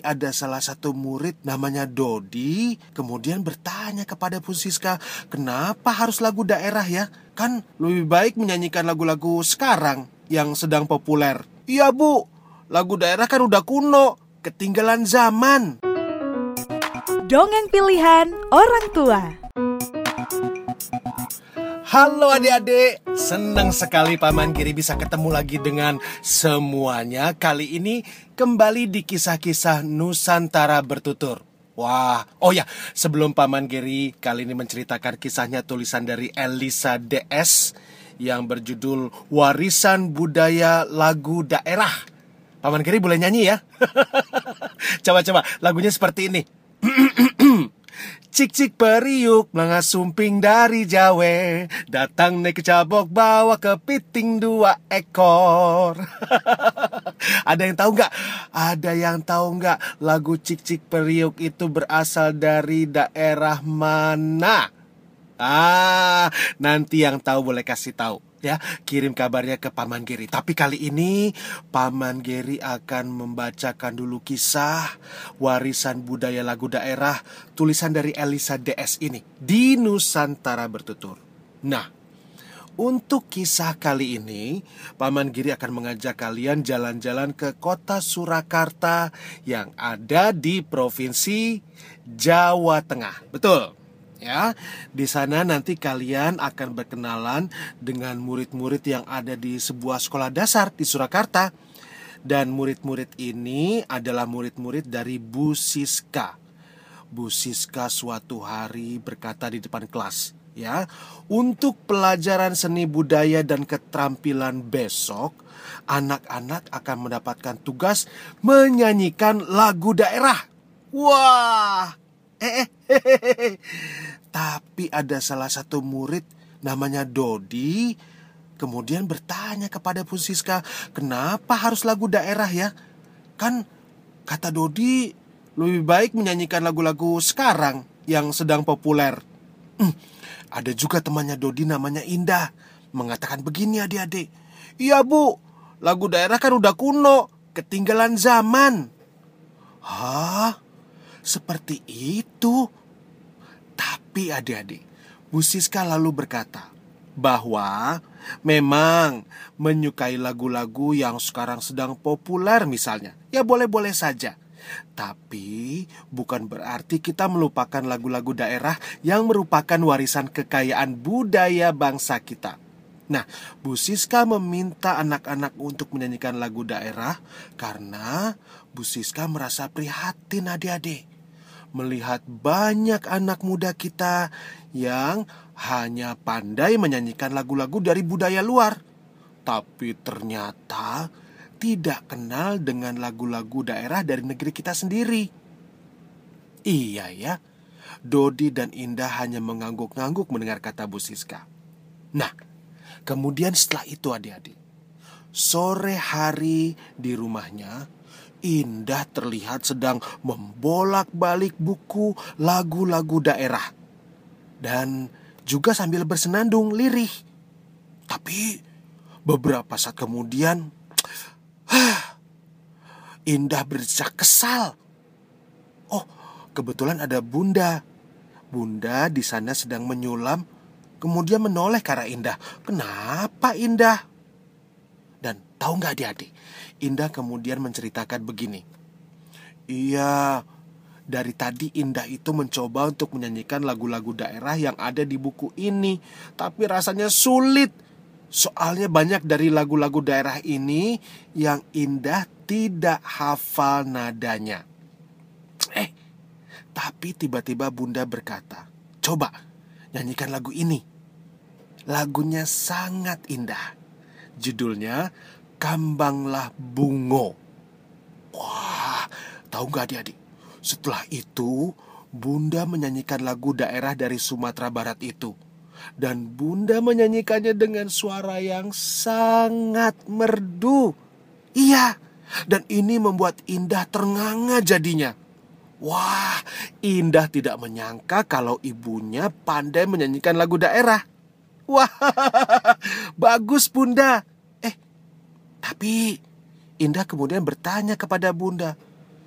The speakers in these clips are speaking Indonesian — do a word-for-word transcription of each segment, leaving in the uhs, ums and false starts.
Ada salah satu murid namanya Dodi, kemudian bertanya kepada Bu Siska, kenapa harus lagu daerah ya? Kan lebih baik menyanyikan lagu-lagu sekarang yang sedang populer. Iya Bu, lagu daerah kan udah kuno, ketinggalan zaman. Dongeng pilihan orang tua. Halo adik-adik, senang sekali Paman Giri bisa ketemu lagi dengan semuanya. Kali ini kembali di kisah-kisah Nusantara Bertutur. Wah, oh ya, sebelum Paman Giri kali ini menceritakan kisahnya tulisan dari Elisa D S yang berjudul Warisan Budaya Lagu Daerah. Paman Giri boleh nyanyi ya? Coba-coba, lagunya seperti ini. Cik-cik periuk mengasumping dari Jawa, datang naik kecabok bawa kepiting dua ekor. Ada yang tahu nggak? Ada yang tahu nggak lagu Cik-cik periuk itu berasal dari daerah mana? Ah, nanti yang tahu boleh kasih tahu ya, kirim kabarnya ke Paman Giri. Tapi kali ini Paman Giri akan membacakan dulu kisah Warisan Budaya Lagu Daerah tulisan dari Elisa D S ini di Nusantara Bertutur. Nah, untuk kisah kali ini Paman Giri akan mengajak kalian jalan-jalan ke kota Surakarta yang ada di Provinsi Jawa Tengah. Betul. Ya, di sana nanti kalian akan berkenalan dengan murid-murid yang ada di sebuah sekolah dasar di Surakarta. Dan murid-murid ini adalah murid-murid dari Bu Siska. Bu Siska suatu hari berkata di depan kelas, ya, untuk pelajaran seni budaya dan keterampilan besok, anak-anak akan mendapatkan tugas menyanyikan lagu daerah. Wah, eh, eh, hehehe. Tapi ada salah satu murid namanya Dodi, kemudian bertanya kepada Bu Siska, kenapa harus lagu daerah ya? Kan kata Dodi lebih baik menyanyikan lagu-lagu sekarang yang sedang populer. Hmm, ada juga temannya Dodi namanya Indah, mengatakan begini adik-adik. Iya Bu, lagu daerah kan udah kuno, ketinggalan zaman. Hah? Seperti itu? Tapi adik-adik, Bu Siska lalu berkata bahwa memang menyukai lagu-lagu yang sekarang sedang populer misalnya, ya boleh-boleh saja. Tapi bukan berarti kita melupakan lagu-lagu daerah yang merupakan warisan kekayaan budaya bangsa kita. Nah, Bu Siska meminta anak-anak untuk menyanyikan lagu daerah karena Bu Siska merasa prihatin adik-adik melihat banyak anak muda kita yang hanya pandai menyanyikan lagu-lagu dari budaya luar, tapi ternyata tidak kenal dengan lagu-lagu daerah dari negeri kita sendiri. Iya ya, Dodi dan Indah hanya mengangguk-ngangguk mendengar kata Bu Siska. Nah, kemudian setelah itu adik-adik, sore hari di rumahnya, Indah terlihat sedang membolak-balik buku lagu-lagu daerah dan juga sambil bersenandung lirih. Tapi beberapa saat kemudian, Indah berdesak kesal. Oh, kebetulan ada Bunda. Bunda di sana sedang menyulam, kemudian menoleh ke arah Indah. Kenapa Indah? Dan tahu nggak adik-adik? Indah kemudian menceritakan begini. Iya, dari tadi Indah itu mencoba untuk menyanyikan lagu-lagu daerah yang ada di buku ini. Tapi rasanya sulit. Soalnya banyak dari lagu-lagu daerah ini yang Indah tidak hafal nadanya. Eh, tapi tiba-tiba Bunda berkata, coba nyanyikan lagu ini. Lagunya sangat indah. Judulnya Kambanglah Bungo. Wah, tahu gak adik-adik? Setelah itu, Bunda menyanyikan lagu daerah dari Sumatera Barat itu. Dan Bunda menyanyikannya dengan suara yang sangat merdu. Iya, dan ini membuat Indah ternganga jadinya. Wah, Indah tidak menyangka kalau ibunya pandai menyanyikan lagu daerah. Wah, bagus Bunda. Eh, tapi Indah kemudian bertanya kepada Bunda,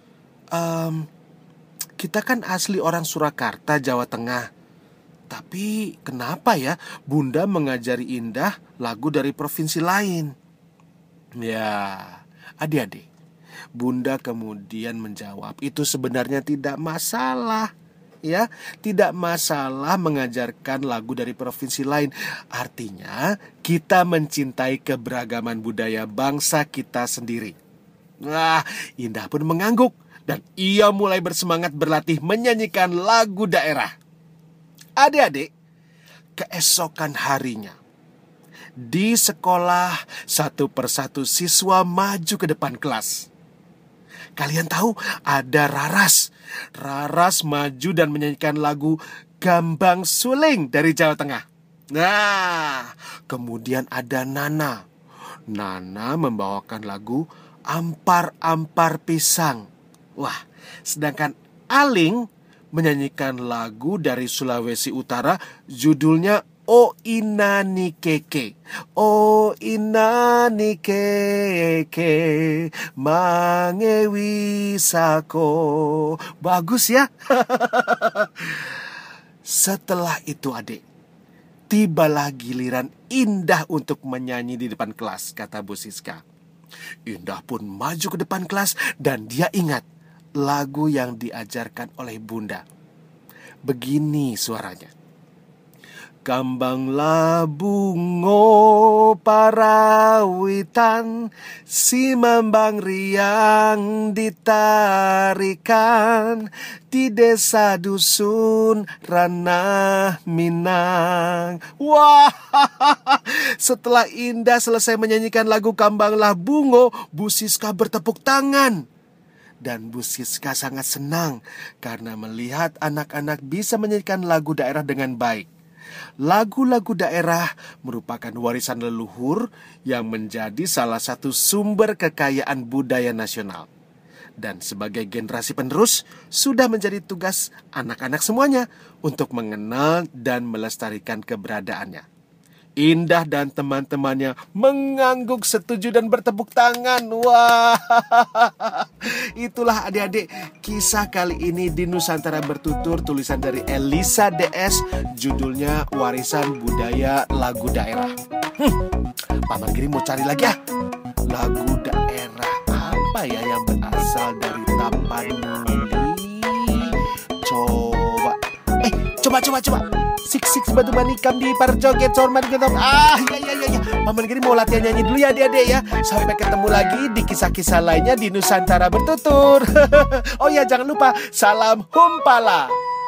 Um, kita kan asli orang Surakarta, Jawa Tengah. Tapi kenapa ya Bunda mengajari Indah lagu dari provinsi lain? Ya, adik-adik, Bunda kemudian menjawab, itu sebenarnya tidak masalah. Ya, tidak masalah mengajarkan lagu dari provinsi lain. Artinya, kita mencintai keberagaman budaya bangsa kita sendiri. Wah, Indah pun mengangguk dan ia mulai bersemangat berlatih menyanyikan lagu daerah. Adik-adik, keesokan harinya di sekolah satu persatu siswa maju ke depan kelas. Kalian tahu ada Raras. Raras maju dan menyanyikan lagu Gambang Suling dari Jawa Tengah. Nah, kemudian ada Nana. Nana membawakan lagu Ampar-ampar pisang. Wah, sedangkan Aling menyanyikan lagu dari Sulawesi Utara, judulnya O Inani Keke. O Inani Keke mangewi sako. Bagus ya. Setelah itu adik, tibalah giliran Indah untuk menyanyi di depan kelas, kata Bu Siska. Indah pun maju ke depan kelas dan dia ingat lagu yang diajarkan oleh Bunda. Begini suaranya. Kambanglah bungo parawitan, si mambang riang ditarikan di desa dusun Ranah Minang. Wah, setelah Indah selesai menyanyikan lagu Kambanglah Bungo, Bu Siska bertepuk tangan. Dan Bu Siska sangat senang karena melihat anak-anak bisa menyanyikan lagu daerah dengan baik. Lagu-lagu daerah merupakan warisan leluhur yang menjadi salah satu sumber kekayaan budaya nasional. Dan sebagai generasi penerus, sudah menjadi tugas anak-anak semuanya untuk mengenal dan melestarikan keberadaannya. Indah dan teman-temannya mengangguk setuju dan bertepuk tangan. Wah, itulah adik-adik kisah kali ini di Nusantara Bertutur, tulisan dari Elisa D S, judulnya Warisan Budaya Lagu Daerah. Hmm, Paman Giri mau cari lagi ya. Lagu daerah apa ya yang berasal dari Tapanuli? Coba, eh, coba, coba, coba. Sik sik batu manikam di parjoget sorman gitu. Ah, iya iya iya. Paman Giri mau latihan nyanyi dulu ya adik-adik ya. Sampai ketemu lagi di kisah-kisah lainnya di Nusantara Bertutur. Oh ya, jangan lupa salam humpala.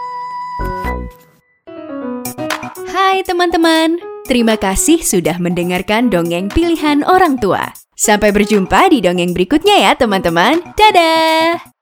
Hai teman-teman, terima kasih sudah mendengarkan dongeng pilihan orang tua. Sampai berjumpa di dongeng berikutnya ya teman-teman. Dadah.